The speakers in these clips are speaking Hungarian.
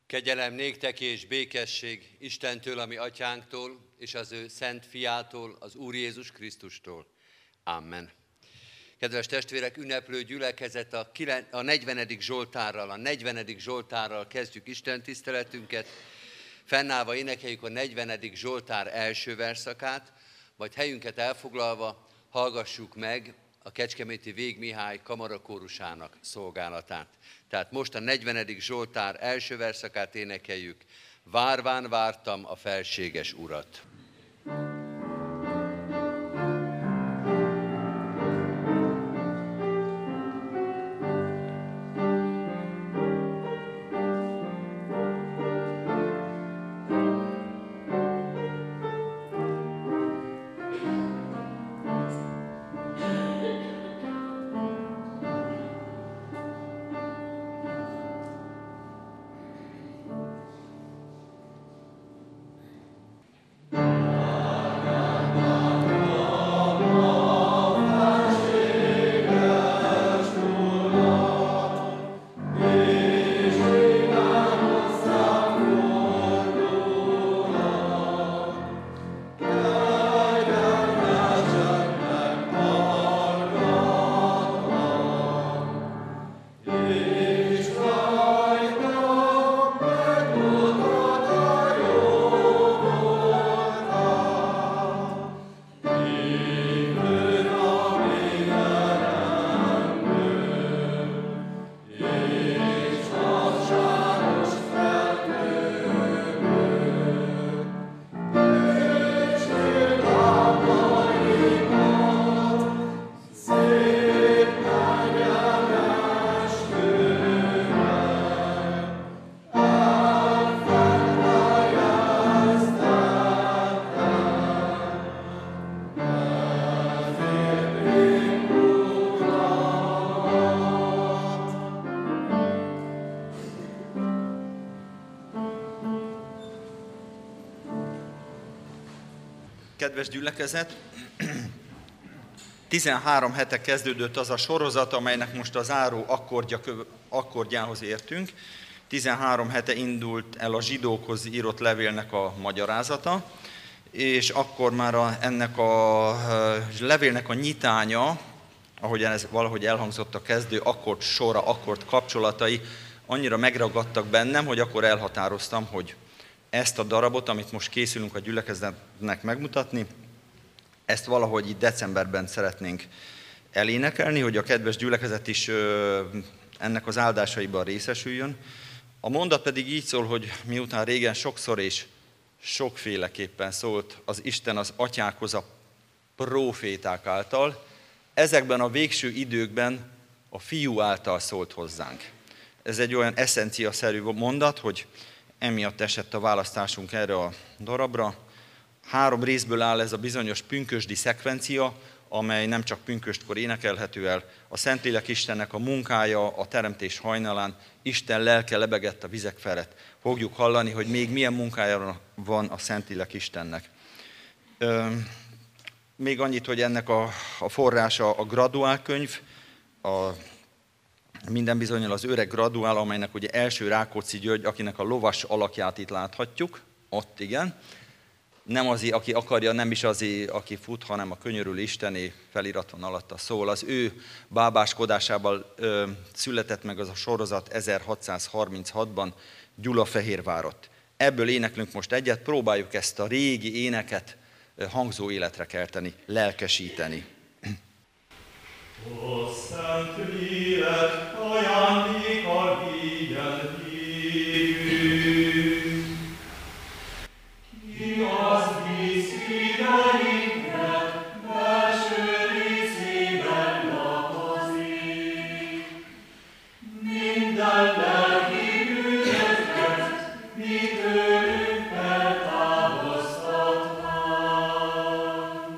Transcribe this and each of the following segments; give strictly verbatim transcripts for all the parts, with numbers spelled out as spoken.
Kegyelem néktek és békesség Istentől, ami atyánktól, és az ő szent fiától, az Úr Jézus Krisztustól. Amen. Kedves testvérek, ünneplő gyülekezet, a, a negyvenedik Zsoltárral, a negyvenedik Zsoltárral kezdjük Isten tiszteletünket. Fennállva énekeljük a negyvenedik Zsoltár első verszakát, majd helyünket elfoglalva hallgassuk meg a Kecskeméti Vég Mihály kamarakórusának szolgálatát. Tehát most a negyvenedik Zsoltár első verszakát énekeljük. Várván vártam a felséges Urat. Kedves gyülekezet, tizenhárom hete kezdődött az a sorozat, amelynek most a záró akkordja, akkordjához értünk. tizenhárom hete indult el a zsidókhoz írott levélnek a magyarázata, és akkor már a, ennek a levélnek a nyitánya, ahogyan ez valahogy elhangzott a kezdő akkord sora, akkord kapcsolatai, annyira megragadtak bennem, hogy akkor elhatároztam, hogy ezt a darabot, amit most készülünk a gyülekezetnek megmutatni, ezt valahogy itt decemberben szeretnénk elénekelni, hogy a kedves gyülekezet is ennek az áldásaiban részesüljön. A mondat pedig így szól, hogy miután régen sokszor és sokféleképpen szólt az Isten az atyákhoz a próféták által, ezekben a végső időkben a Fiú által szólt hozzánk. Ez egy olyan eszenciaszerű mondat, hogy emiatt esett a választásunk erre a darabra. Három részből áll ez a bizonyos pünkösdi szekvencia, amely nem csak pünköstkor énekelhető el. A Szentlélek Istennek a munkája a teremtés hajnalán, Isten lelke lebegett a vizek felett. Fogjuk hallani, hogy még milyen munkája van a Szentlélek Istennek. Még annyit, hogy ennek a, a forrása a graduálkönyv, a minden bizonnyal az öreg graduál, amelynek ugye első Rákóczi György, akinek a lovas alakját itt láthatjuk, ott igen. Nem az, aki akarja, nem is az, aki fut, hanem a könyörülő Istené felirat van alatta. Szóval az ő bábáskodásával ö, született meg az a sorozat ezerhatszázharminchatban Gyulafehérvárott. Ebből éneklünk most egyet, próbáljuk ezt a régi éneket hangzó életre kelteni, lelkesíteni. O Szent Lélek, ajándéka vigyen végünk, ki az mi szíveinknek belső részében lakozik. Minden lelki bűnöket mi tőlünk eltávoztatnánk.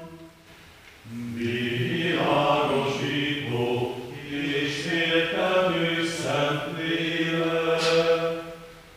Világosító és értelmű Szent Lélek,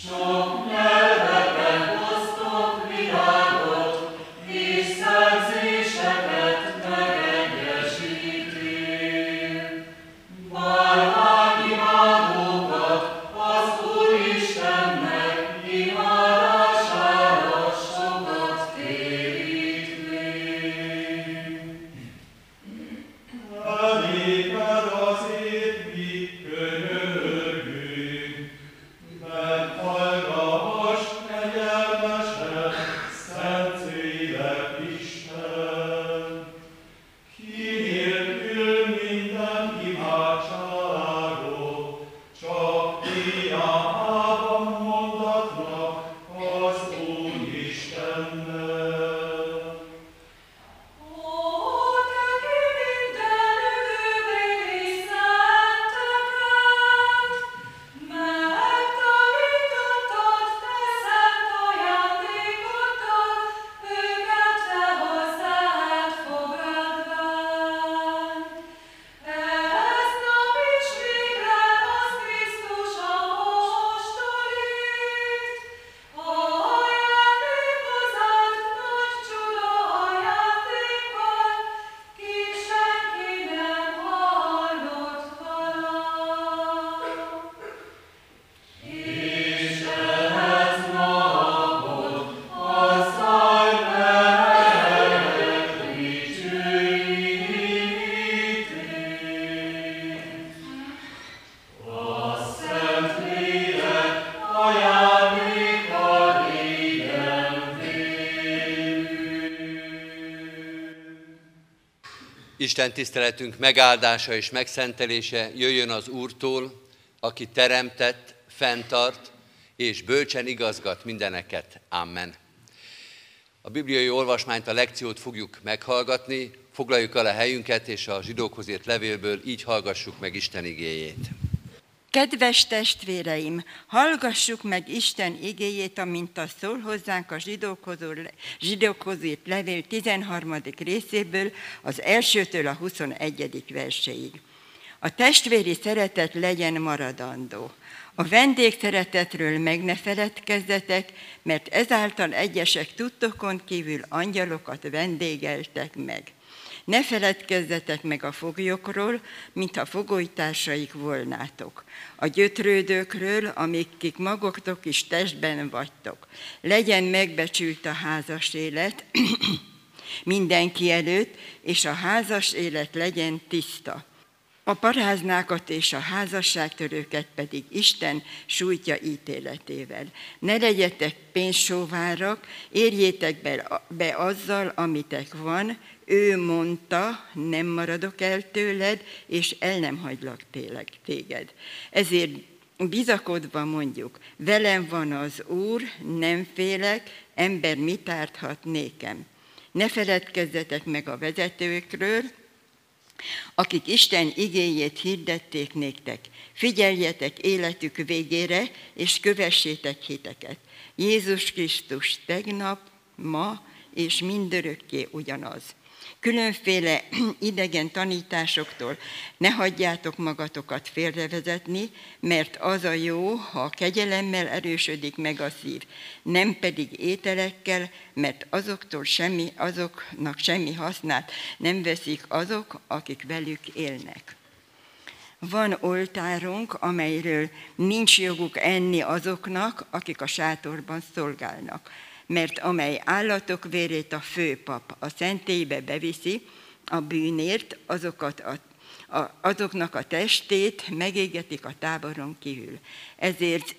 Isten tiszteletünk megáldása és megszentelése jöjjön az Úrtól, aki teremtett, fenntart és bölcsen igazgat mindeneket. Amen. A bibliai olvasmányt, a lekciót fogjuk meghallgatni, foglaljuk el a helyünket, és a zsidókhoz írt levélből így hallgassuk meg Isten igéjét. Kedves testvéreim, hallgassuk meg Isten igéjét, amint az szól hozzánk a zsidókhoz írt levél tizenharmadik részéből, az elsőtől a huszonegyedik verséig. A testvéri szeretet legyen maradandó. A vendégszeretetről meg ne feledkezzetek, mert ezáltal egyesek tudtokon kívül angyalokat vendégeltek meg. Ne feledkezzetek meg a foglyokról, mintha fogolytársaik volnátok. A gyötrődőkről, amikik magoktok is testben vagytok. Legyen megbecsült a házas élet mindenki előtt, és a házas élet legyen tiszta. A paráznákat és a házasságtörőket pedig Isten sújtja ítéletével. Ne legyetek pénzsóvárak, érjétek be, be azzal, amitek van, ő mondta, nem maradok el tőled, és el nem hagylak téged. Ezért bizakodva mondjuk, velem van az Úr, nem félek, ember mit árthat nékem. Ne feledkezzetek meg a vezetőkről, akik Isten igéjét hirdették néktek. Figyeljetek életük végére, és kövessétek hiteket. Jézus Krisztus tegnap, ma és mindörökké ugyanaz. Különféle idegen tanításoktól ne hagyjátok magatokat félrevezetni, mert az a jó, ha kegyelemmel erősödik meg a szív, nem pedig ételekkel, mert azoktól semmi, azoknak semmi hasznát nem veszik azok, akik velük élnek. Van oltárunk, amelyről nincs joguk enni azoknak, akik a sátorban szolgálnak. Mert amely állatok vérét a főpap a szentélybe beviszi, a bűnért azokat a, a, azoknak a testét megégetik a táboron kívül. Ezért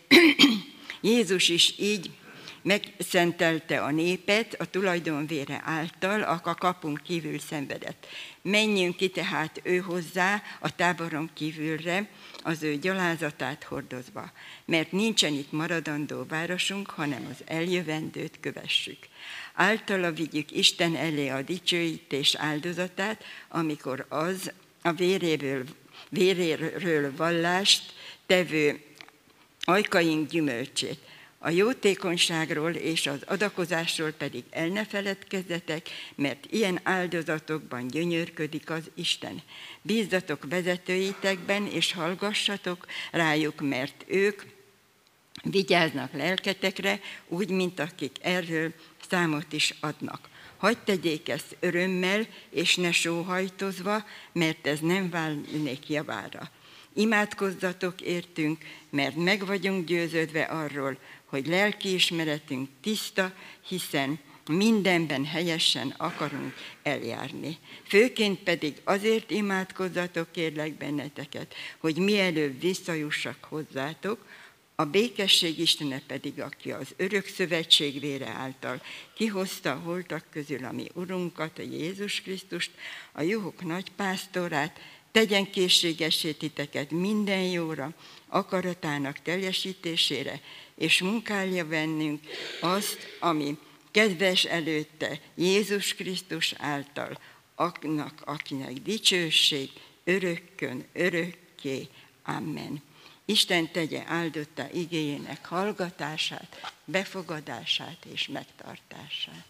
Jézus is így megszentelte a népet a tulajdonvére által, a kapun kívül szenvedett. Menjünk ki tehát ő hozzá a táboron kívülre, az ő gyalázatát hordozva, mert nincsen itt maradandó városunk, hanem az eljövendőt kövessük. Általa vigyük Isten elé a dicsőítés áldozatát, amikor az a véréről, véréről vallást tevő ajkaink gyümölcsét. A jótékonyságról és az adakozásról pedig el ne feledkezzetek, mert ilyen áldozatokban gyönyörködik az Isten. Bízzatok vezetőitekben, és hallgassatok rájuk, mert ők vigyáznak lelketekre, úgy, mint akik erről számot is adnak. Hadd tegyék ezt örömmel, és ne sóhajtozva, mert ez nem válnék javára. Imádkozzatok értünk, mert meg vagyunk győződve arról, hogy lelkiismeretünk tiszta, hiszen mindenben helyesen akarunk eljárni. Főként pedig azért imádkozzatok, kérlek benneteket, hogy mielőbb visszajussak hozzátok, a békesség Istene pedig, aki az örök szövetség vére által kihozta a holtak közül a mi Urunkat, a Jézus Krisztust, a juhok nagypásztorát, tegyen készségessé titeket minden jóra, akaratának teljesítésére, és munkálja bennünk azt, ami kedves előtte Jézus Krisztus által, annak, akinek dicsőség örökkön, örökké. Amen. Isten tegye áldotta igéjének hallgatását, befogadását és megtartását.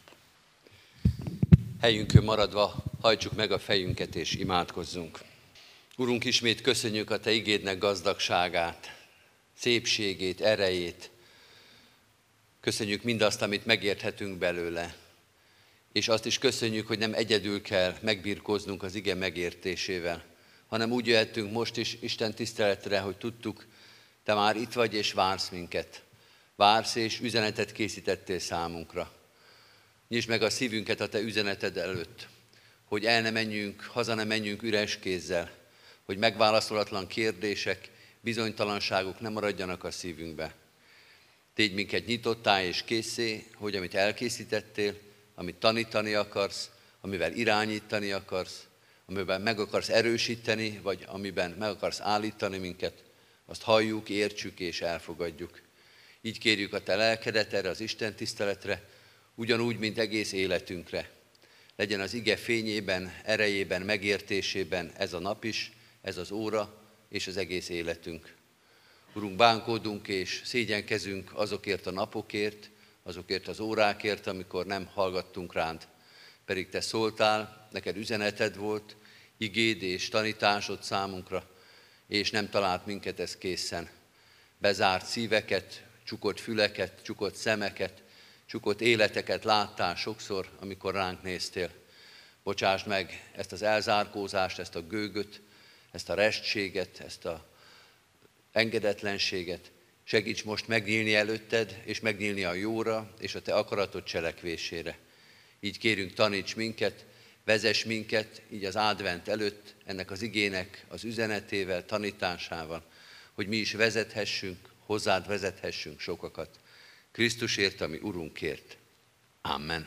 Helyünkön maradva hajtsuk meg a fejünket és imádkozzunk. Urunk, ismét köszönjük a Te igédnek gazdagságát, szépségét, erejét. Köszönjük mindazt, amit megérthetünk belőle. És azt is köszönjük, hogy nem egyedül kell megbirkóznunk az ige megértésével, hanem úgy jöhettünk most is Isten tiszteletre, hogy tudtuk, Te már itt vagy és vársz minket. Vársz és üzenetet készítettél számunkra. Nyisd meg a szívünket a Te üzeneted előtt, hogy el ne menjünk, haza ne menjünk üres kézzel, hogy megválaszolatlan kérdések, bizonytalanságok nem maradjanak a szívünkbe. Tégy minket nyitottá és készé, hogy amit elkészítettél, amit tanítani akarsz, amivel irányítani akarsz, amiben meg akarsz erősíteni, vagy amiben meg akarsz állítani minket, azt halljuk, értsük és elfogadjuk. Így kérjük a Te lelkedet erre az Isten tiszteletre, ugyanúgy, mint egész életünkre. Legyen az ige fényében, erejében, megértésében ez a nap is, ez az óra és az egész életünk. Urunk, bánkódunk és szégyenkezünk azokért a napokért, azokért az órákért, amikor nem hallgattunk rád. Pedig Te szóltál, neked üzeneted volt, igéd és tanításod számunkra, és nem talált minket ez készen. Bezárt szíveket, csukott füleket, csukott szemeket, csukott életeket láttál sokszor, amikor ránk néztél. Bocsásd meg ezt az elzárkózást, ezt a gőgöt, ezt a restséget, ezt a engedetlenséget. Segíts most megnyílni előtted, és megnyílni a jóra, és a Te akaratod cselekvésére. Így kérünk, taníts minket, vezess minket, így az advent előtt, ennek az igének az üzenetével, tanításával, hogy mi is vezethessünk, hozzád vezethessünk sokakat. Krisztusért, ami Urunkért. Amen.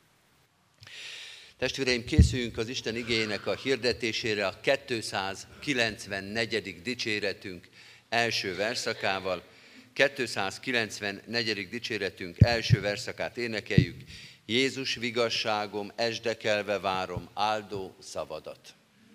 Testvéreim, készüljünk az Isten igéjének a hirdetésére a kétszázkilencvennegyedik dicséretünk első verszakával. kétszázkilencvennegyedik dicséretünk első verszakát énekeljük. Jézus vigasságom, esdekelve várom áldó szavadat.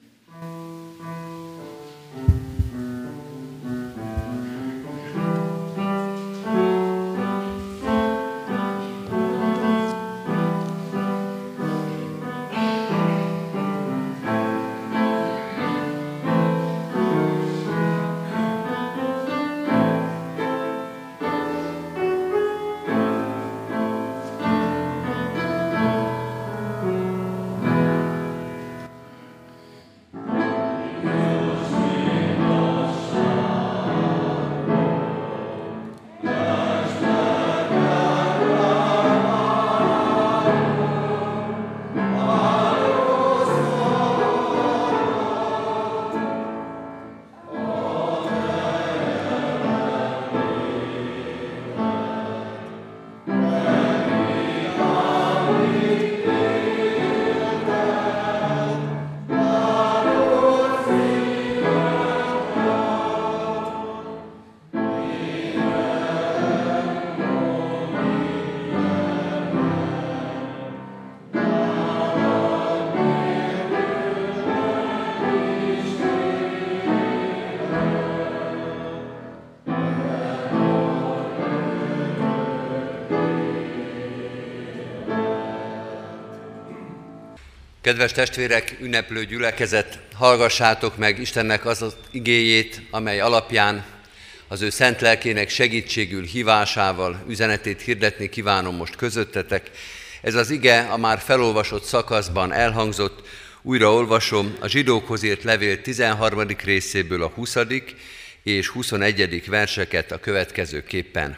Kedves testvérek, ünneplő gyülekezet, hallgassátok meg Istennek az az igéjét, amely alapján Az ő szent lelkének segítségül, hívásával üzenetét hirdetni kívánom most közöttetek. Ez az ige a már felolvasott szakaszban elhangzott, újra olvasom a Zsidókhoz írt levél tizenharmadik részéből a huszadik és huszonegyedik verseket a következőképpen.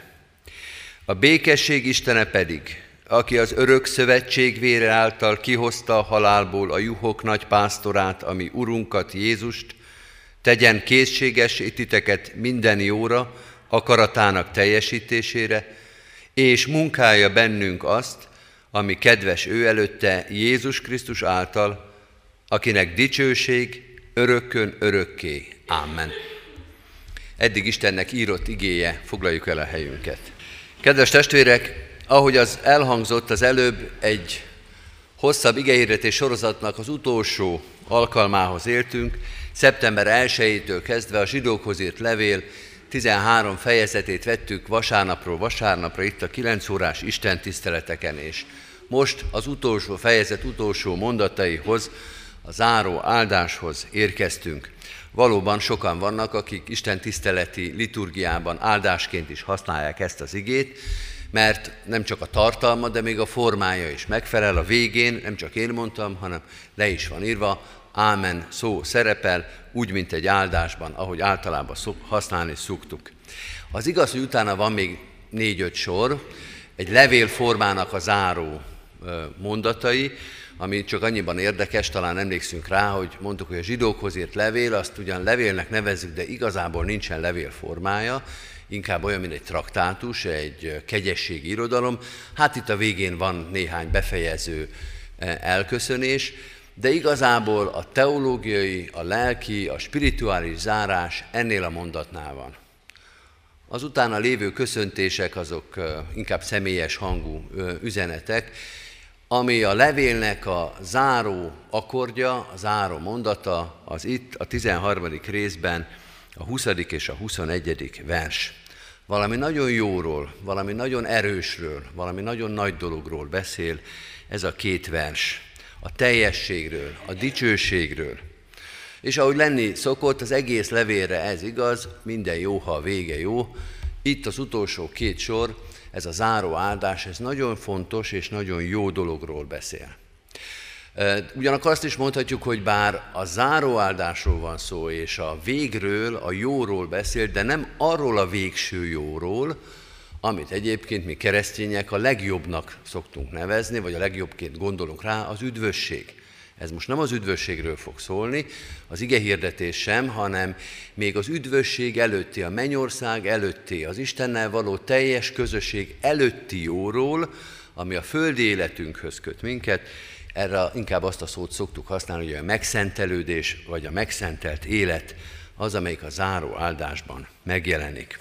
A békesség Istene pedig, aki az örök szövetség vére által kihozta a halálból a juhok nagy pásztorát, ami Urunkat, Jézust, tegyen készségessé titeket minden jóra, akaratának teljesítésére, és munkálja bennünk azt, ami kedves ő előtte Jézus Krisztus által, akinek dicsőség örökkön örökké. Amen. Eddig Istennek írott igéje, foglaljuk el a helyünket. Kedves testvérek, ahogy az elhangzott az előbb, egy hosszabb igehirdetés sorozatnak az utolsó alkalmához éltünk. Szeptember elsejétől kezdve a Zsidókhoz írt levél tizenhárom fejezetét vettük vasárnapról vasárnapra itt a kilenc órás istentiszteleteken, és most az utolsó fejezet utolsó mondataihoz, a záró áldáshoz érkeztünk. Valóban sokan vannak, akik istentiszteleti liturgiában áldásként is használják ezt az igét, mert nem csak a tartalma, de még a formája is megfelel. A végén, nem csak én mondtam, hanem le is van írva, ámen szó szerepel, úgy, mint egy áldásban, ahogy általában használni szoktuk. Az igaz, hogy utána van még négy-öt sor, egy levélformának a záró mondatai, ami csak annyiban érdekes, talán emlékszünk rá, hogy mondtuk, hogy a Zsidókhoz írt levél, azt ugyan levélnek nevezzük, de igazából nincsen levélformája, inkább olyan, mint egy traktátus, egy kegyességi irodalom. Hát itt a végén van néhány befejező elköszönés, de igazából a teológiai, a lelki, a spirituális zárás ennél a mondatnál van. Az utána lévő köszöntések azok inkább személyes hangú üzenetek, ami a levélnek a záró akkordja, a záró mondata, az itt a tizenharmadik részben a huszadik és a huszonegyedik vers. Valami nagyon jóról, valami nagyon erősről, valami nagyon nagy dologról beszél ez a két vers. A teljességről, a dicsőségről. És ahogy lenni szokott, az egész levélre ez igaz, minden jó, ha a vége jó. Itt az utolsó két sor, ez a záró áldás, ez nagyon fontos és nagyon jó dologról beszél. Ugyanakkor azt is mondhatjuk, hogy bár a záró áldásról van szó, és a végről, a jóról beszél, de nem arról a végső jóról, amit egyébként mi keresztények a legjobbnak szoktunk nevezni, vagy a legjobbként gondolunk rá, az üdvösség. Ez most nem az üdvösségről fog szólni, az igehirdetés sem, hanem még az üdvösség előtti, a mennyország előtti, az Istennel való teljes közösség előtti jóról, ami a földi életünkhöz köt minket. Erre inkább azt a szót szoktuk használni, hogy a megszentelődés, vagy a megszentelt élet az, amelyik a záró áldásban megjelenik.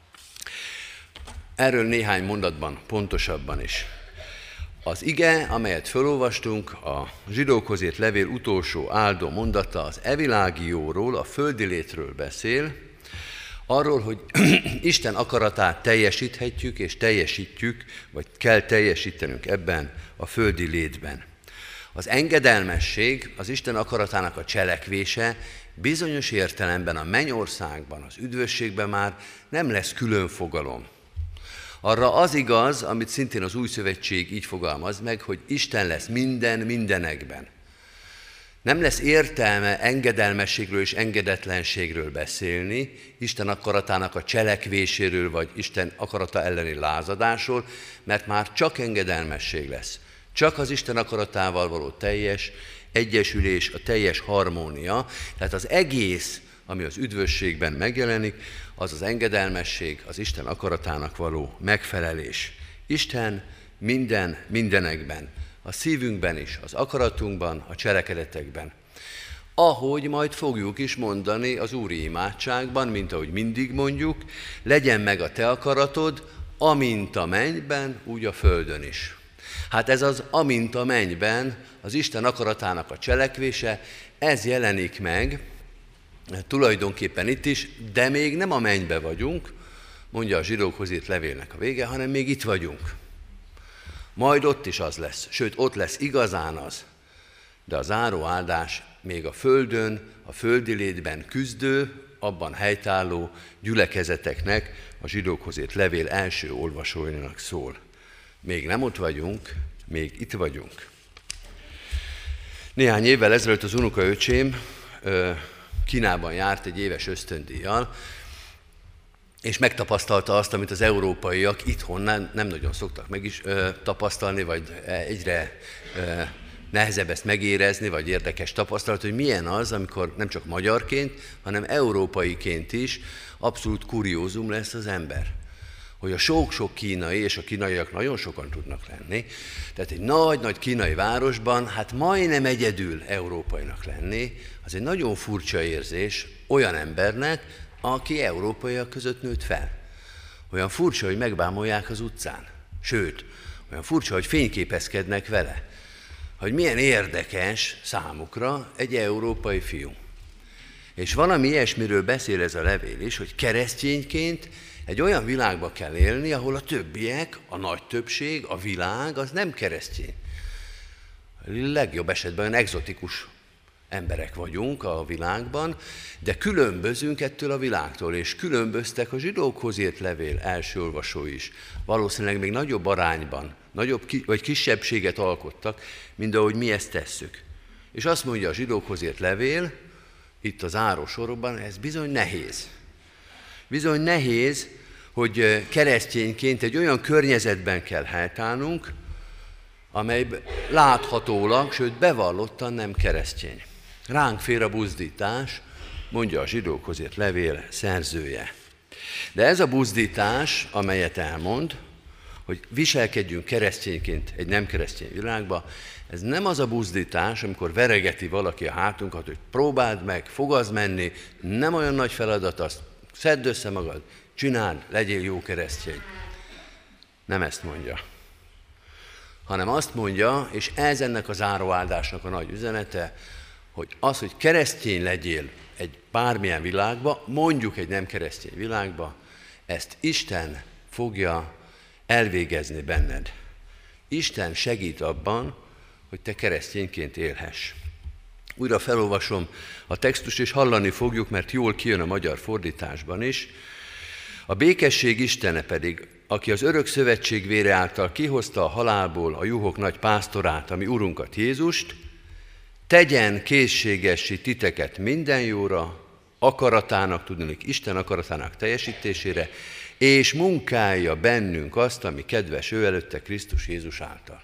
Erről néhány mondatban, pontosabban is. Az ige, amelyet felolvastunk, a Zsidókhoz írt levél utolsó áldó mondata az evilági jóról, a földi létről beszél, arról, hogy Isten akaratát teljesíthetjük és teljesítjük, vagy kell teljesítenünk ebben a földi létben. Az engedelmesség, az Isten akaratának a cselekvése bizonyos értelemben a mennyországban, az üdvösségben már nem lesz külön fogalom. Arra az igaz, amit szintén az Új Szövetség így fogalmaz meg, hogy Isten lesz minden mindenekben. Nem lesz értelme engedelmességről és engedetlenségről beszélni, Isten akaratának a cselekvéséről, vagy Isten akarata elleni lázadásról, mert már csak engedelmesség lesz. Csak az Isten akaratával való teljes egyesülés, a teljes harmónia, tehát az egész, ami az üdvösségben megjelenik, az az engedelmesség, az Isten akaratának való megfelelés. Isten minden mindenekben, a szívünkben is, az akaratunkban, a cselekedetekben. Ahogy majd fogjuk is mondani az úri imádságban, mint ahogy mindig mondjuk, legyen meg a te akaratod, amint a mennyben, úgy a földön is. Hát ez az amint a mennyben, az Isten akaratának a cselekvése, ez jelenik meg, tulajdonképpen itt is, de még nem a mennybe vagyunk, mondja a Zsidókhoz írt levélnek a vége, hanem még itt vagyunk. Majd ott is az lesz, sőt ott lesz igazán az, de a záró áldás még a földön, a földi létben küzdő, abban helytálló gyülekezeteknek a zsidókhoz írt levél első olvasóinak szól. Még nem ott vagyunk, még itt vagyunk. Néhány évvel ezelőtt az unokaöcsém Kínában járt egy éves ösztöndíjjal, és megtapasztalta azt, amit az európaiak itthon nem, nem nagyon szoktak meg is ö, tapasztalni, vagy egyre ö, nehezebb ezt megérezni, vagy érdekes tapasztalat, hogy milyen az, amikor nem csak magyarként, hanem európaiként is abszolút kuriózum lesz az ember. Hogy a sok-sok kínai, és a kínaiak nagyon sokan tudnak lenni, tehát egy nagy-nagy kínai városban, hát majdnem egyedül európainak lenni, az egy nagyon furcsa érzés olyan embernek, aki európaiak között nőtt fel. Olyan furcsa, hogy megbámolják az utcán. Sőt, olyan furcsa, hogy fényképezkednek vele. Hogy milyen érdekes számukra egy európai fiú. És valami ilyesmiről beszél ez a levél is, hogy keresztényként egy olyan világba kell élni, ahol a többiek, a nagy többség, a világ, az nem keresztény. A legjobb esetben olyan egzotikus emberek vagyunk a világban, de különbözünk ettől a világtól, és különböztek a zsidókhoz írt levél első olvasói is. Valószínűleg még nagyobb arányban, nagyobb vagy kisebbséget alkottak, mint ahogy mi ezt tesszük. És azt mondja a zsidókhoz írt levél, itt az záró sorokban, ez bizony nehéz. Bizony nehéz, hogy keresztényként egy olyan környezetben kell helytállnunk, amely láthatólag, sőt bevallottan nem keresztény. Ránk fér a buzdítás, mondja a zsidókhoz írt levél szerzője. De ez a buzdítás, amelyet elmond, hogy viselkedjünk keresztényként egy nem keresztény világba, ez nem az a buzdítás, amikor veregeti valaki a hátunkat, hogy próbáld meg, fogazd menni, nem olyan nagy feladat, azt szedd össze magad, csináld, legyél jó keresztény. Nem ezt mondja. Hanem azt mondja, és ez ennek a záróáldásnak a nagy üzenete, hogy az, hogy keresztény legyél egy bármilyen világba, mondjuk egy nem keresztény világba, ezt Isten fogja elvégezni benned. Isten segít abban, hogy te keresztényként élhess. Újra felolvasom a textust, és hallani fogjuk, mert jól kijön a magyar fordításban is. A békesség Istene pedig, aki az örök szövetség vére által kihozta a halálból a juhok nagy pásztorát, ami Urunkat Jézust, tegyen készségessé titeket minden jóra, akaratának, tudnék, Isten akaratának teljesítésére, és munkálja bennünk azt, ami kedves ő előtte Krisztus Jézus által.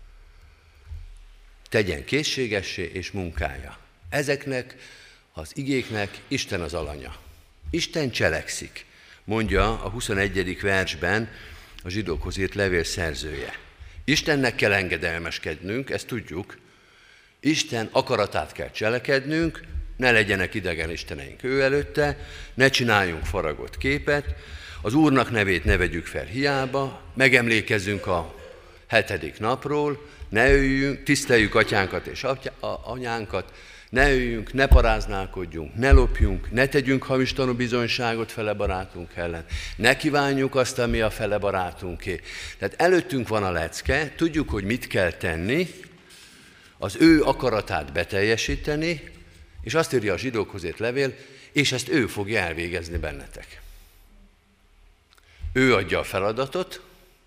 Tegyen készségessé és munkálja. Ezeknek az igéknek Isten az alanya. Isten cselekszik, mondja a huszonegyedik versben a zsidókhoz írt levél szerzője. Istennek kell engedelmeskednünk, ezt tudjuk. Isten akaratát kell cselekednünk, ne legyenek idegen isteneink ő előtte, ne csináljunk faragott képet, az Úrnak nevét ne vegyük fel hiába, megemlékezzünk a hetedik napról, ne öljünk, tiszteljük atyánkat és anyánkat, ne öljünk, ne paráználkodjunk, ne lopjunk, ne tegyünk hamis tanúbizonyságot fele barátunk ellen, ne kívánjuk azt, ami a fele barátunké. Tehát előttünk van a lecke, tudjuk, hogy mit kell tenni, az ő akaratát beteljesíteni, és azt írja a zsidókhoz írt levél, és ezt ő fogja elvégezni bennetek. Ő adja a feladatot,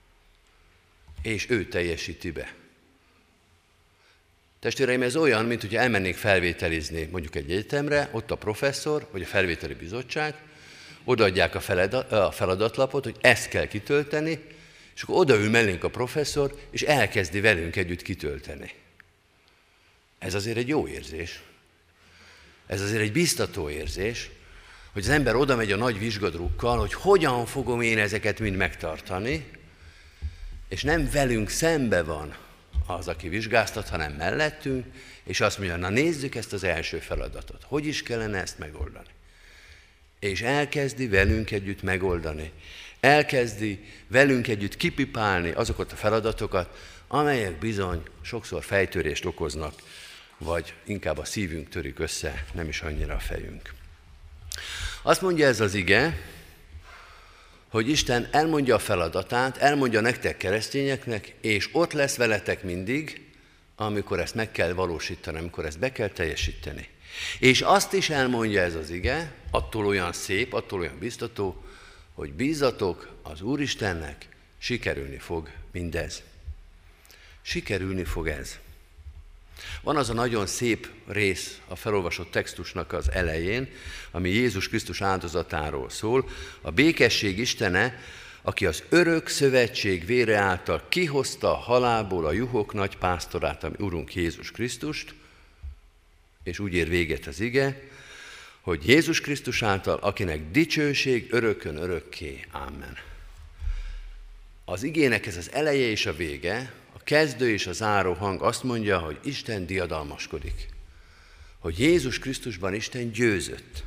és ő teljesíti be. Testvéreim, ez olyan, mint hogyha elmennék felvételizni mondjuk egy egyetemre, ott a professzor, vagy a felvételi bizottság, odaadják a, feladat, a feladatlapot, hogy ezt kell kitölteni, és akkor odaül mellénk a professzor, és elkezdi velünk együtt kitölteni. Ez azért egy jó érzés. Ez azért egy biztató érzés, hogy az ember oda megy a nagy vizsgadrukkal, hogy hogyan fogom én ezeket mind megtartani, és nem velünk szembe van az, aki vizsgáztat, hanem mellettünk, és azt mondja, na nézzük ezt az első feladatot. Hogy is kellene ezt megoldani? És elkezdi velünk együtt megoldani. Elkezdi velünk együtt kipipálni azokat a feladatokat, amelyek bizony sokszor fejtörést okoznak, vagy inkább a szívünk törik össze, nem is annyira a fejünk. Azt mondja ez az ige, hogy Isten elmondja a feladatát, elmondja nektek keresztényeknek, és ott lesz veletek mindig, amikor ezt meg kell valósítani, amikor ezt be kell teljesíteni. És azt is elmondja ez az ige, attól olyan szép, attól olyan biztató, hogy bízzatok az Úristennek, sikerülni fog mindez. Sikerülni fog ez. Van az a nagyon szép rész a felolvasott textusnak az elején, ami Jézus Krisztus áldozatáról szól. A békesség Istene, aki az örök szövetség vére által kihozta a halálból a juhok nagy pásztorát, ami Urunk Jézus Krisztust, és úgy ér véget az ige, hogy Jézus Krisztus által, akinek dicsőség örökön örökké. Amen. Az igének ez az eleje és a vége, a kezdő és a záró hang azt mondja, hogy Isten diadalmaskodik. Hogy Jézus Krisztusban Isten győzött.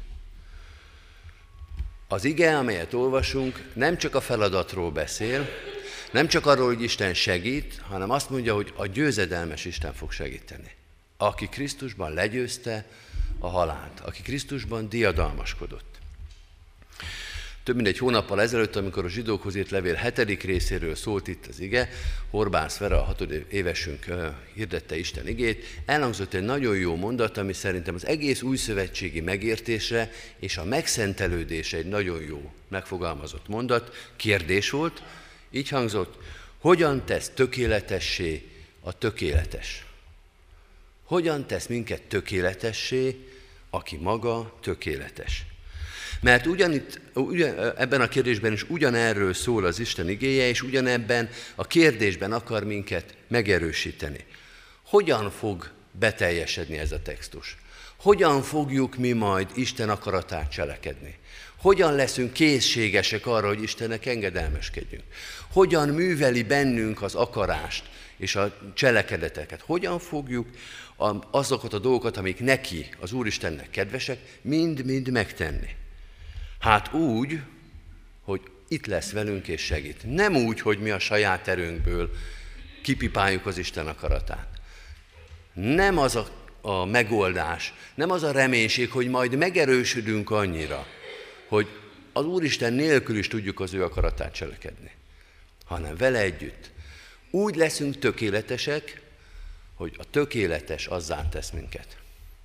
Az ige, amelyet olvasunk, nem csak a feladatról beszél, nem csak arról, hogy Isten segít, hanem azt mondja, hogy a győzedelmes Isten fog segíteni. Aki Krisztusban legyőzte a halált, aki Krisztusban diadalmaskodott. Több mint egy hónappal ezelőtt, amikor a zsidókhoz írt levél hetedik részéről szólt itt az ige, Horbász Vera, a hatodévesünk hirdette Isten igét, elhangzott egy nagyon jó mondat, ami szerintem az egész újszövetségi megértésre és a megszentelődésre egy nagyon jó megfogalmazott mondat, kérdés volt, így hangzott, hogyan tesz tökéletessé a tökéletes? Hogyan tesz minket tökéletessé, aki maga tökéletes? Mert ugyanitt, ugyan, ebben a kérdésben is ugyanerről szól az Isten igéje, és ugyanebben a kérdésben akar minket megerősíteni. Hogyan fog beteljesedni ez a textus? Hogyan fogjuk mi majd Isten akaratát cselekedni? Hogyan leszünk készségesek arra, hogy Istennek engedelmeskedjünk? Hogyan műveli bennünk az akarást és a cselekedeteket? Hogyan fogjuk azokat a dolgokat, amik neki, az Úristennek kedvesek, mind-mind megtenni? Hát úgy, hogy itt lesz velünk és segít. Nem úgy, hogy mi a saját erőnkből kipipáljuk az Isten akaratát. Nem az a, a megoldás, nem az a reménység, hogy majd megerősödünk annyira, hogy az Úristen nélkül is tudjuk az ő akaratát cselekedni, hanem vele együtt. Úgy leszünk tökéletesek, hogy a tökéletes azzá tesz minket.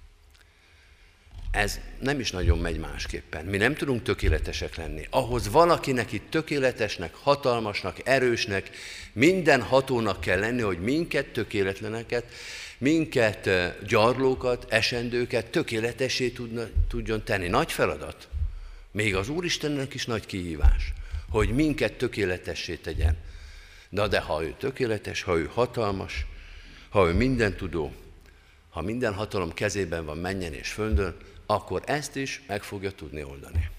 Ez nem is nagyon megy másképpen. Mi nem tudunk tökéletesek lenni. Ahhoz valakinek itt tökéletesnek, hatalmasnak, erősnek, minden hatónak kell lenni, hogy minket, tökéletleneket, minket, gyarlókat, esendőket tökéletessé tudna, tudjon tenni. Nagy feladat. Még az Úristennek is nagy kihívás, hogy minket tökéletessé tegyen. Na de ha ő tökéletes, ha ő hatalmas, ha ő mindentudó, ha minden hatalom kezében van mennyen és földön, akkor ezt is meg fogja tudni oldani.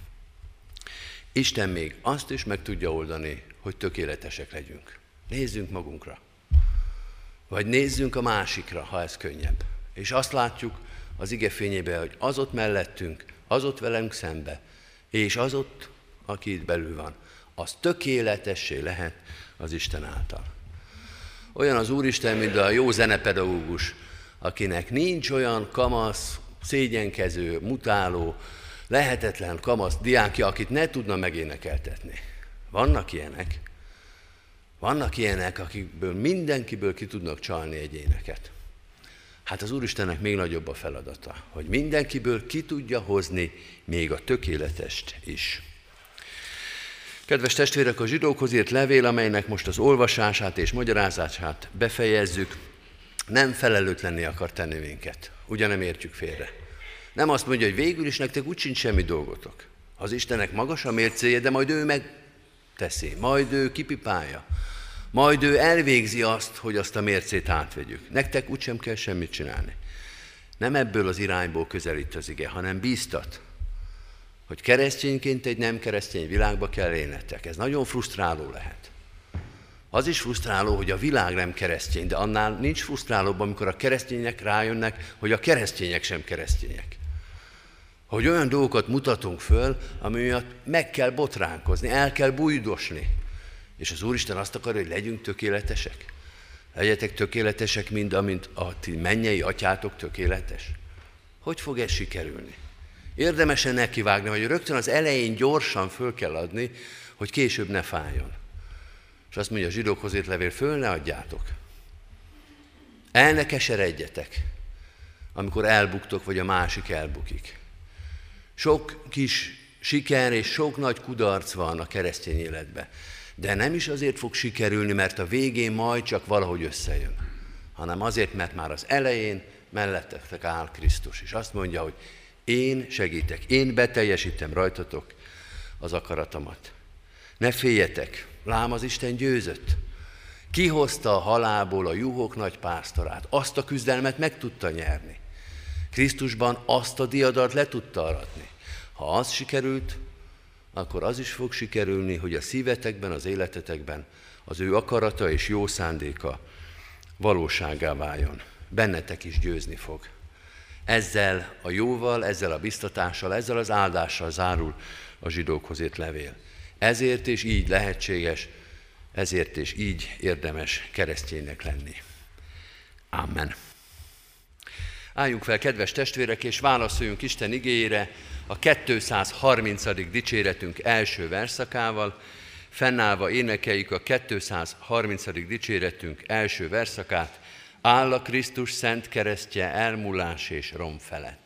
Isten még azt is meg tudja oldani, hogy tökéletesek legyünk. Nézzünk magunkra. Vagy nézzünk a másikra, ha ez könnyebb. És azt látjuk az ige fényében, hogy az ott mellettünk, az ott velünk szembe, és az ott, aki itt belül van, az tökéletessé lehet az Isten által. Olyan az Úristen, mint a jó zenepedagógus, akinek nincs olyan kamasz, szégyenkező, mutáló, lehetetlen kamasz diákja, akit ne tudna megénekeltetni. Vannak ilyenek. Vannak ilyenek, akikből mindenkiből ki tudnak csalni egy éneket. Hát az Úristennek még nagyobb a feladata, hogy mindenkiből ki tudja hozni még a tökéletest is. Kedves testvérek, a zsidókhoz írt levél, amelynek most az olvasását és magyarázását befejezzük, nem felelőtlenné akar tenni minket. Ugye nem értjük félre. Nem azt mondja, hogy végül is nektek úgy sincs semmi dolgotok. Az Istennek magas a mércéje, de majd ő megteszi, majd ő kipipálja, majd ő elvégzi azt, hogy azt a mércét átvegyük. Nektek úgysem kell semmit csinálni. Nem ebből az irányból közelít az ige, hanem bíztat, hogy keresztényként egy nem keresztény világba kell élnetek. Ez nagyon frusztráló lehet. Az is frusztráló, hogy a világ nem keresztény, de annál nincs frusztrálóbb, amikor a keresztények rájönnek, hogy a keresztények sem keresztények. Hogy olyan dolgokat mutatunk föl, ami miatt meg kell botránkozni, el kell bújdosni. És az Úristen azt akarja, hogy legyünk tökéletesek. Legyetek tökéletesek, mind amint a ti mennyei atyátok tökéletes. Hogy fog ez sikerülni? Érdemesen nekivágni, hogy rögtön az elején gyorsan föl kell adni, hogy később ne fájjon. És azt mondja a zsidókhoz írt levél, föl ne adjátok. El ne keseredjetek. amikor elbuktok, vagy a másik elbukik. Sok kis siker és sok nagy kudarc van a keresztény életben, de nem is azért fog sikerülni, mert a végén majd csak valahogy összejön, hanem azért, mert már az elején mellettetek áll Krisztus, és azt mondja, hogy én segítek, én beteljesítem rajtatok az akaratomat. Ne féljetek, lám az Isten győzött. Kihozta a halálból a juhok nagy pásztorát, azt a küzdelmet meg tudta nyerni. Krisztusban azt a diadalt le tudta aratni. Ha az sikerült, akkor az is fog sikerülni, hogy a szívetekben, az életetekben az ő akarata és jó szándéka valósággá váljon. Bennetek is győzni fog. Ezzel a jóval, ezzel a biztatással, ezzel az áldással zárul a zsidókhoz írt levél. Ezért és így lehetséges, ezért és így érdemes kereszténynek lenni. Amen. Álljunk fel, kedves testvérek, és válaszoljunk Isten igéjére a kétszázharmincadik dicséretünk első verszakával. Fennállva énekeljük a kétszázharmincadik dicséretünk első verszakát. Áll a Krisztus szent keresztje elmúlás és rom felett.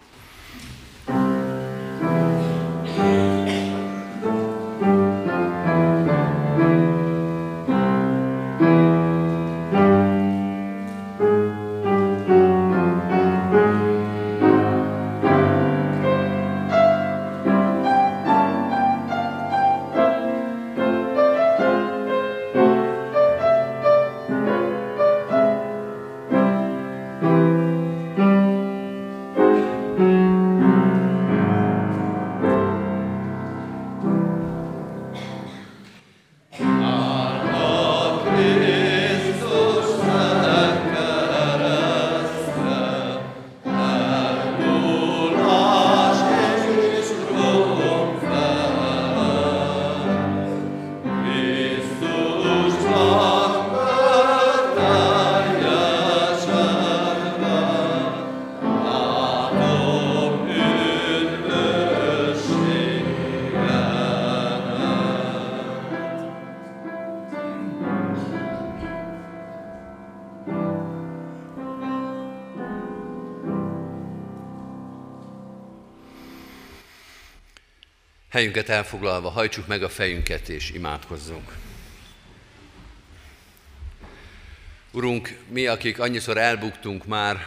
Helyünket elfoglalva hajtsuk meg a fejünket és imádkozzunk. Urunk, mi, akik annyiszor elbuktunk már,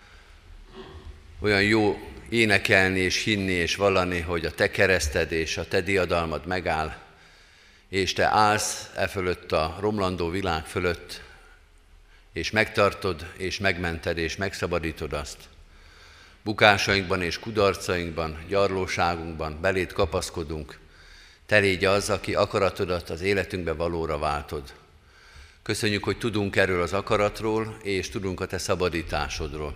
olyan jó énekelni és hinni és vallani, hogy a Te kereszted és a Te diadalmad megáll, és Te állsz e fölött a romlandó világ fölött, és megtartod, és megmented, és megszabadítod azt. Bukásainkban és kudarcainkban, gyarlóságunkban beléd kapaszkodunk. Te légy az, aki akaratodat az életünkbe valóra váltod. Köszönjük, hogy tudunk erről az akaratról, és tudunk a Te szabadításodról.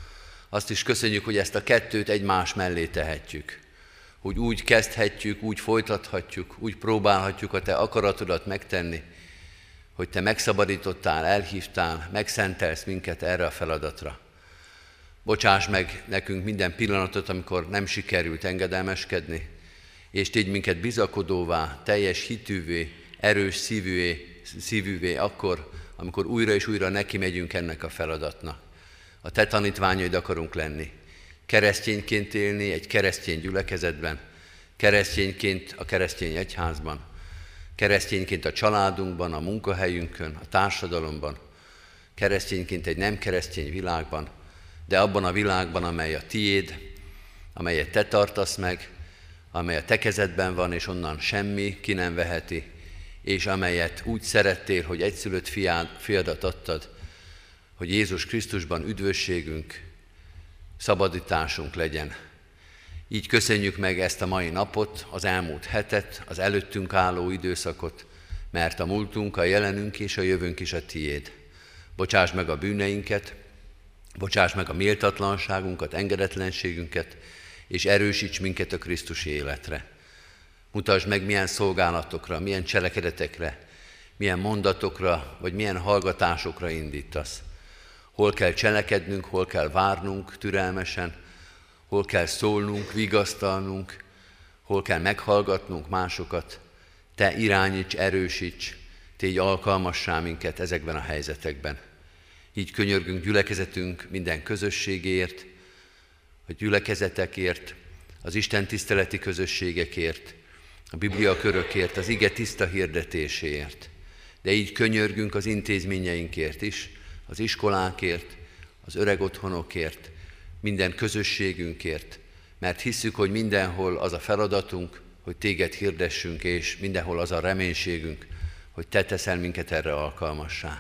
Azt is köszönjük, hogy ezt a kettőt egymás mellé tehetjük. Hogy úgy kezdhetjük, úgy folytathatjuk, úgy próbálhatjuk a Te akaratodat megtenni, hogy Te megszabadítottál, elhívtál, megszentelsz minket erre a feladatra. Bocsáss meg nekünk minden pillanatot, amikor nem sikerült engedelmeskedni, és tégy minket bizakodóvá, teljes hitűvé, erős szívűvé, szívűvé akkor, amikor újra és újra neki megyünk ennek a feladatnak. A Te tanítványaid akarunk lenni. Keresztényként élni egy keresztény gyülekezetben, keresztényként a keresztény egyházban, keresztényként a családunkban, a munkahelyünkön, a társadalomban, keresztényként egy nem keresztény világban, de abban a világban, amely a tiéd, amelyet Te tartasz meg, amely a Te kezedben van, és onnan semmi ki nem veheti, és amelyet úgy szerettél, hogy egyszülött fiád, fiadat adtad, hogy Jézus Krisztusban üdvösségünk, szabadításunk legyen. Így köszönjük meg ezt a mai napot, az elmúlt hetet, az előttünk álló időszakot, mert a múltunk, a jelenünk és a jövőnk is a tiéd. Bocsáss meg a bűneinket, bocsáss meg a méltatlanságunkat, engedetlenségünket, és erősíts minket a Krisztusi életre. Mutasd meg, milyen szolgálatokra, milyen cselekedetekre, milyen mondatokra, vagy milyen hallgatásokra indítasz. Hol kell cselekednünk, hol kell várnunk türelmesen, hol kell szólnunk, vigasztalnunk, hol kell meghallgatnunk másokat. Te irányíts, erősíts, tégy alkalmassá minket ezekben a helyzetekben. Így könyörgünk gyülekezetünk minden közösségért, a gyülekezetekért, az Isten tiszteleti közösségekért, a Biblia körökért, az ige tiszta hirdetéséért. De így könyörgünk az intézményeinkért is, az iskolákért, az öreg otthonokért, minden közösségünkért, mert hisszük, hogy mindenhol az a feladatunk, hogy téged hirdessünk, és mindenhol az a reménységünk, hogy te teszel minket erre alkalmassá.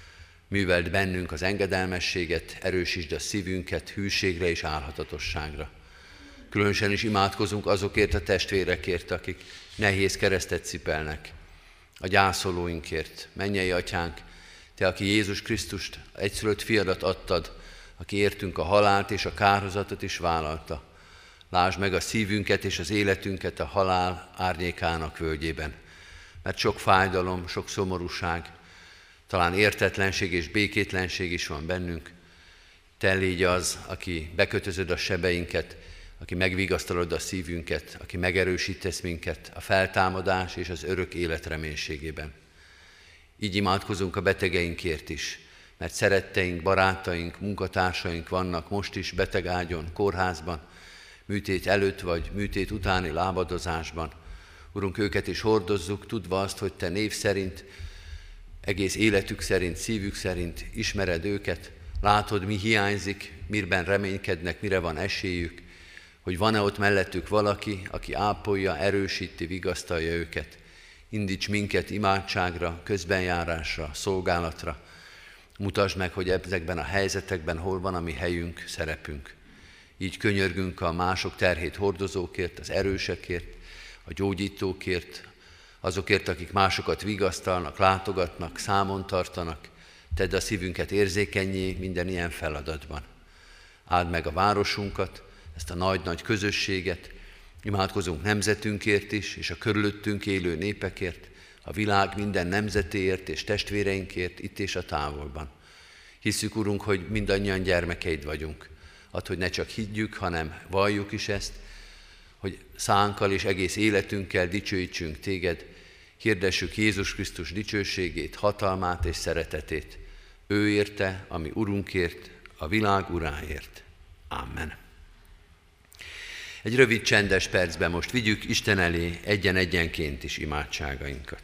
Műveld bennünk az engedelmességet, erősítsd a szívünket hűségre és álhatatosságra. Különösen is imádkozunk azokért a testvérekért, akik nehéz keresztet cipelnek, a gyászolóinkért. Mennyei Atyánk, Te, aki Jézus Krisztust, egyszülött fiadat adtad, aki értünk a halált és a kárhozatot is vállalta. Lásd meg a szívünket és az életünket a halál árnyékának völgyében. Mert sok fájdalom, sok szomorúság, talán értetlenség és békétlenség is van bennünk. Te légy az, aki bekötözöd a sebeinket, aki megvigasztalod a szívünket, aki megerősítesz minket a feltámadás és az örök élet reménységében. Így imádkozunk a betegeinkért is, mert szeretteink, barátaink, munkatársaink vannak most is betegágyon, kórházban, műtét előtt vagy műtét utáni lábadozásban. Urunk, őket is hordozzuk, tudva azt, hogy Te név szerint, egész életük szerint, szívük szerint ismered őket, látod, mi hiányzik, miben reménykednek, mire van esélyük, hogy van-e ott mellettük valaki, aki ápolja, erősíti, vigasztalja őket. Indíts minket imádságra, közbenjárásra, szolgálatra. Mutasd meg, hogy ezekben a helyzetekben hol van a mi helyünk, szerepünk. Így könyörgünk a mások terhét hordozókért, az erősekért, a gyógyítókért, azokért, akik másokat vigasztalnak, látogatnak, számon tartanak. Tedd a szívünket érzékennyé minden ilyen feladatban. Áld meg a városunkat, ezt a nagy-nagy közösséget, imádkozunk nemzetünkért is, és a körülöttünk élő népekért, a világ minden nemzetéért és testvéreinkért itt és a távolban. Hisszük, Urunk, hogy mindannyian gyermekeid vagyunk. Add, hogy ne csak higgyük, hanem valljuk is ezt, hogy szánkkal és egész életünkkel dicsőítsünk Téged, hirdessük Jézus Krisztus dicsőségét, hatalmát és szeretetét. Ő érte, ami Urunkért, a világ Uráért. Amen. Egy rövid csendes percben most vigyük Isten elé egyen-egyenként is imádságainkat.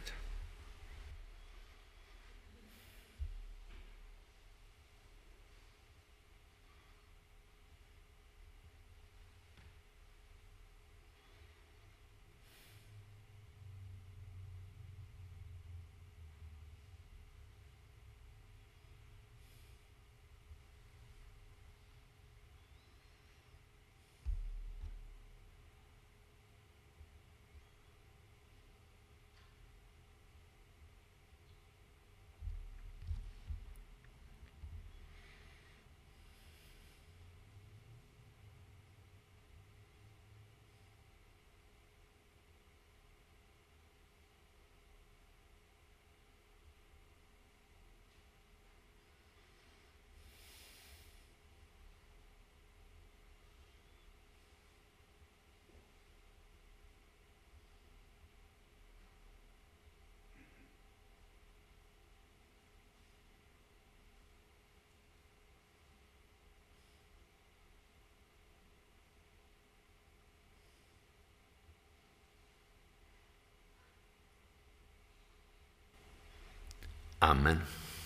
Amen.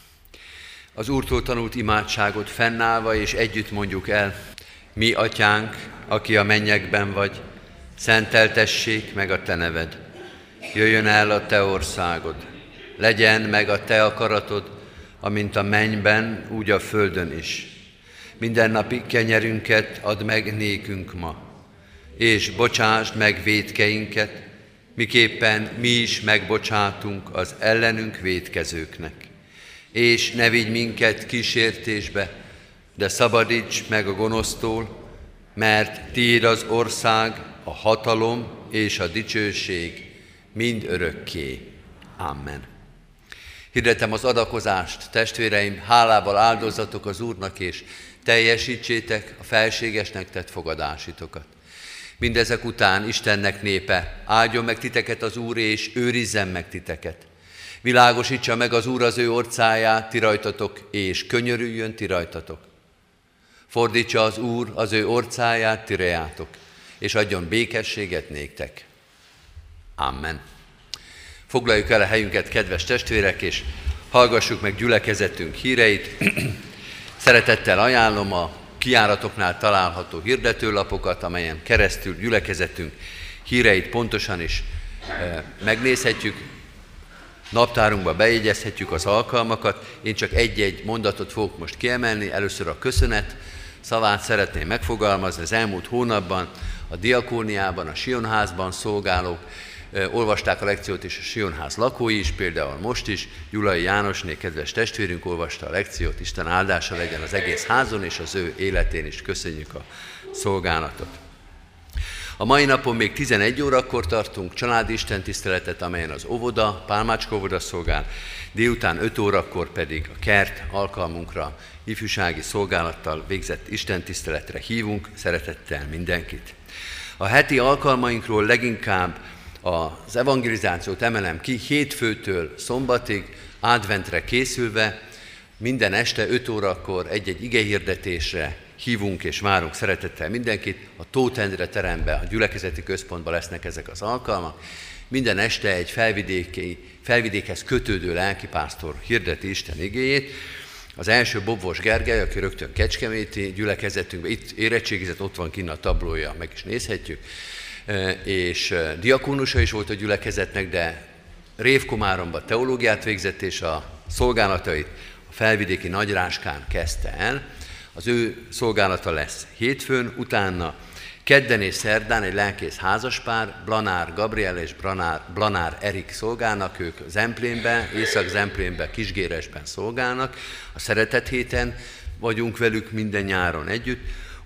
Az Úrtól tanult imádságot fennállva és együtt mondjuk el. Mi, Atyánk, aki a mennyekben vagy, szenteltessék meg a Te neved. Jöjjön el a Te országod. Legyen meg a Te akaratod, amint a mennyben, úgy a földön is. Mindennapi kenyerünket add meg nékünk ma, és bocsásd meg vétkeinket, miképpen mi is megbocsátunk az ellenünk vétkezőknek. És ne vigy minket kísértésbe, de szabadíts meg a gonosztól, mert Tiéd az ország, a hatalom és a dicsőség mind örökké. Amen. Hirdetem az adakozást, testvéreim, hálával áldozatok az Úrnak, és teljesítsétek a felségesnek tett fogadásitokat. Mindezek után Istennek népe, áldjon meg titeket az Úr, és őrizzen meg titeket. Világosítsa meg az Úr az ő orcáját ti rajtatok, és könyörüljön ti rajtatok. Fordítsa az Úr az ő orcáját ti reátok, és adjon békességet néktek. Amen. Foglaljuk el a helyünket, kedves testvérek, és hallgassuk meg gyülekezetünk híreit. Szeretettel ajánlom a kijáratoknál található hirdetőlapokat, amelyen keresztül gyülekezetünk híreit pontosan is e, megnézhetjük, naptárunkba bejegyezhetjük az alkalmakat. Én csak egy-egy mondatot fogok most kiemelni. Először a köszönet szavát szeretném megfogalmazni. Az elmúlt hónapban a diakóniában, a Sionházban szolgálók e, olvasták a lekciót, és a Sionház lakói is, például most is. Gyulai Jánosné, kedves testvérünk, olvasta a lekciót. Isten áldása legyen az egész házon, és az ő életén is. Köszönjük a szolgálatot. A mai napon még tizenegy órakor tartunk családi istentiszteletet, amelyen az óvoda, Pálmácska óvoda szolgál, délután öt órakor pedig a kert alkalmunkra, ifjúsági szolgálattal végzett istentiszteletre hívunk, szeretettel mindenkit. A heti alkalmainkról leginkább az evangelizációt emelem ki, hétfőtől szombatig, adventre készülve, minden este öt órakor egy-egy igehirdetésre hívunk és várunk szeretettel mindenkit. A Tóth Endre teremben, a gyülekezeti központban lesznek ezek az alkalmak. Minden este egy felvidéki, felvidékhez kötődő lelkipásztor hirdeti Isten igéjét. Az első Bobos Gergely, aki rögtön kecskeméti gyülekezetünkben, itt érettségizett, ott van kinn a tablója, meg is nézhetjük. És diakónusa is volt a gyülekezetnek, de Révkomáromban teológiát végzett, és a szolgálatait a felvidéki Nagyráskán kezdte el. Az ő szolgálata lesz hétfőn, utána kedden és szerdán egy lelkész házaspár, Blanár Gabriel és Blanár, Blanár Erik szolgálnak, ők Zemplénben, Észak-Zemplénben, Kisgéresben szolgálnak. A Szeretet héten vagyunk velük minden nyáron együtt.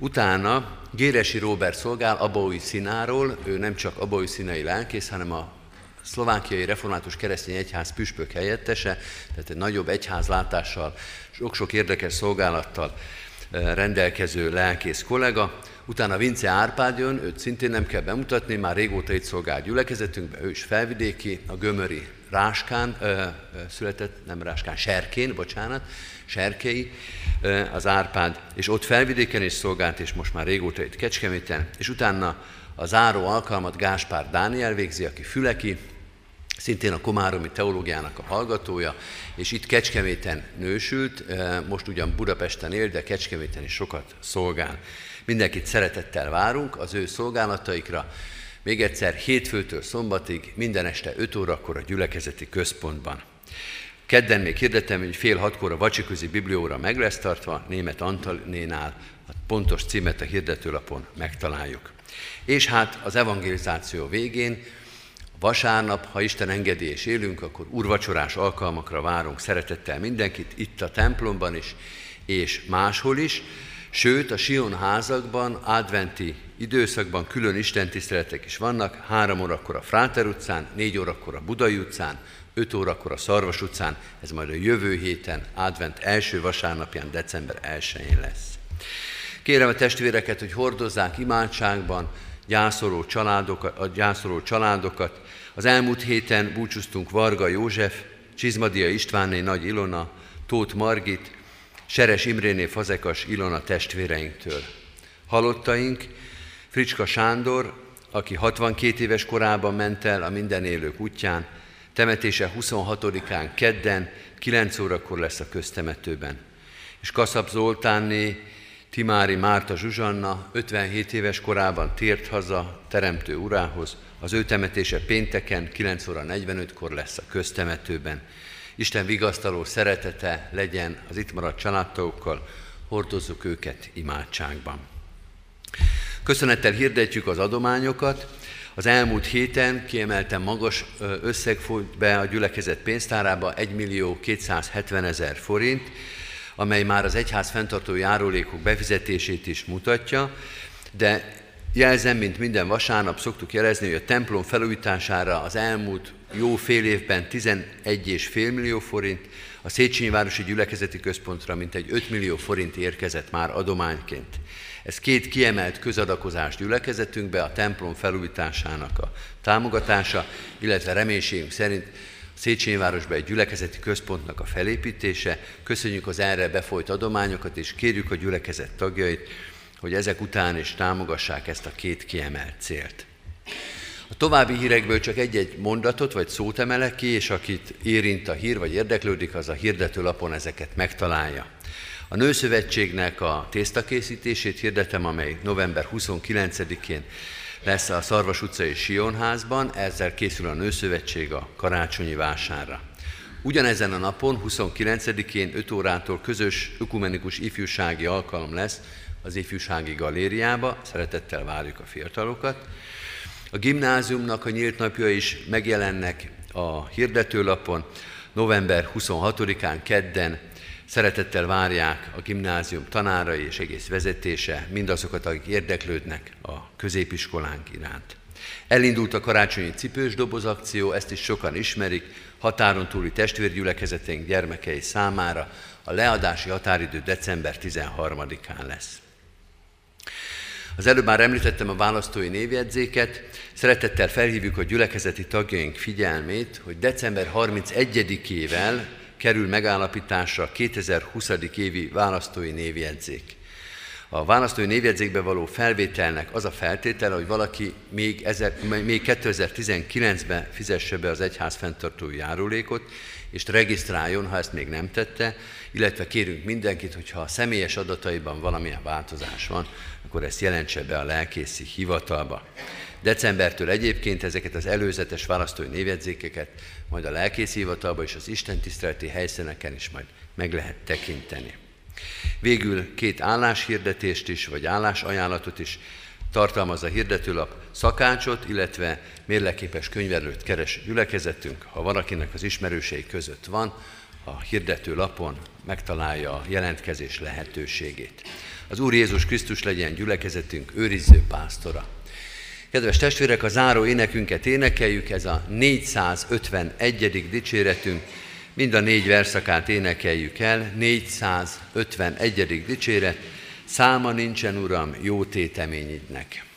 Utána Géresi Róbert szolgál Abaúj Szináról, ő nem csak abaúj színai lelkész, hanem a szlovákiai református keresztény egyház püspök helyettese, tehát egy nagyobb egyházlátással, sok-sok érdekes szolgálattal rendelkező lelkész kollega. Utána Vince Árpád jön, őt szintén nem kell bemutatni, már régóta itt szolgál gyülekezetünkben, ő is felvidéki, a gömöri Ráskán ö, ö, született, nem Ráskán, Serkén, bocsánat, Serkei ö, az Árpád, és ott felvidéken is szolgált, és most már régóta itt Kecskeméten, és utána a záró alkalmat Gáspár Dániel végzi, aki füleki, szintén a komáromi teológiának a hallgatója, és itt Kecskeméten nősült, most ugyan Budapesten él, de Kecskeméten is sokat szolgál. Mindenkit szeretettel várunk az ő szolgálataikra. Még egyszer hétfőtől szombatig, minden este öt órakor a gyülekezeti központban. Kedden még hirdetem, hogy fél hatkor a vacsiközi biblióra meg lesz tartva, Németh Antalénál, a pontos címet a hirdetőlapon megtaláljuk. És hát az evangelizáció végén, vasárnap, ha Isten engedi és élünk, akkor úrvacsorás alkalmakra várunk szeretettel mindenkit, itt a templomban is, és máshol is. Sőt, a Sionházakban, adventi időszakban külön istentiszteletek is vannak, három órakor a Fráter utcán, négy órakor a Budai utcán, öt órakor a Szarvas utcán, ez majd a jövő héten, advent első vasárnapján, december elsején lesz. Kérem a testvéreket, hogy hordozzák imádságban gyászoló családokat, a gyászoló családokat. Az elmúlt héten búcsúztunk Varga József, Csizmadia Istvánné Nagy Ilona, Tóth Margit, Seres Imréné Fazekas Ilona testvéreinktől. Halottaink Fricska Sándor, aki hatvankét éves korában ment el a minden élők útján, temetése huszonhatodikán kedden, kilenc órakor lesz a köztemetőben. És Kaszab Zoltánné Timári Márta Zsuzsanna ötvenhét éves korában tért haza teremtő urához, az ő temetése pénteken kilenc óra negyvenötkor lesz a köztemetőben. Isten vigasztaló szeretete legyen az itt maradt családtagokkal, hordozzuk őket imádságban. Köszönettel hirdetjük az adományokat. Az elmúlt héten kiemelten magas összeg folyt be a gyülekezet pénztárába, egymillió kétszázhetvenezer forint, amely már az egyház fenntartó járulékok befizetését is mutatja, de jelzem, mint minden vasárnap szoktuk jelezni, hogy a templom felújítására az elmúlt jó fél évben tizenegy egész öt millió forint, a Széchenyi Városi Gyülekezeti Központra mintegy öt millió forint érkezett már adományként. Ez két kiemelt közadakozás gyülekezetünkbe, a templom felújításának a támogatása, illetve reménységünk szerint Széchenyi városban egy gyülekezeti központnak a felépítése. Köszönjük az erre befolyt adományokat, és kérjük a gyülekezet tagjait, hogy ezek után is támogassák ezt a két kiemelt célt. A további hírekből csak egy-egy mondatot vagy szót emelek ki, és akit érint a hír, vagy érdeklődik, az a hirdetőlapon ezeket megtalálja. A Nőszövetségnek a tésztakészítését hirdetem, amely november huszonkilencedikén lesz a Szarvas utcai Sionházban, ezzel készül a Nőszövetség a karácsonyi vásárra. Ugyanezen a napon, huszonkilencedikén öt órától közös ökumenikus ifjúsági alkalom lesz az ifjúsági galériába, szeretettel várjuk a fiatalokat. A gimnáziumnak a nyílt napja is megjelennek a hirdetőlapon, november huszonhatodikán kedden. Szeretettel várják a gimnázium tanárai és egész vezetése mindazokat, akik érdeklődnek a középiskolánk iránt. Elindult a karácsonyi cipős doboz akció, ezt is sokan ismerik, határon túli testvérgyülekezeténk gyermekei számára. A leadási határidő december tizenharmadikán lesz. Az előbb már említettem a választói névjegyzéket, szeretettel felhívjuk a gyülekezeti tagjaink figyelmét, hogy december harmincegyedikével kerül megállapításra a kétezer-huszadik évi választói névjegyzék. A választói névjegyzékbe való felvételnek az a feltétele, hogy valaki még, ezer, még kétezer-tizenkilencben fizesse be az egyház fenntartói járulékot, és regisztráljon, ha ezt még nem tette, illetve kérünk mindenkit, hogyha a személyes adataiban valamilyen változás van, akkor ezt jelentse be a lelkészi hivatalba. Decembertől egyébként ezeket az előzetes választói névjegyzékeket majd a lelkészi hivatalba és az istentiszteleti helyszíneken is majd meg lehet tekinteni. Végül két álláshirdetést is, vagy állásajánlatot is tartalmaz a hirdetőlap, szakácsot, illetve mérlegképes könyvelőt keres gyülekezetünk. Ha valakinek az ismerősei között van, a hirdetőlapon megtalálja a jelentkezés lehetőségét. Az Úr Jézus Krisztus legyen gyülekezetünk őriző pásztora. Kedves testvérek, a záró énekünket énekeljük, ez a négyszázötvenegyedik dicséretünk, mind a négy verszakát énekeljük el, négyszázötvenegyedik dicséret, száma nincsen, Uram, jó téteményidnek.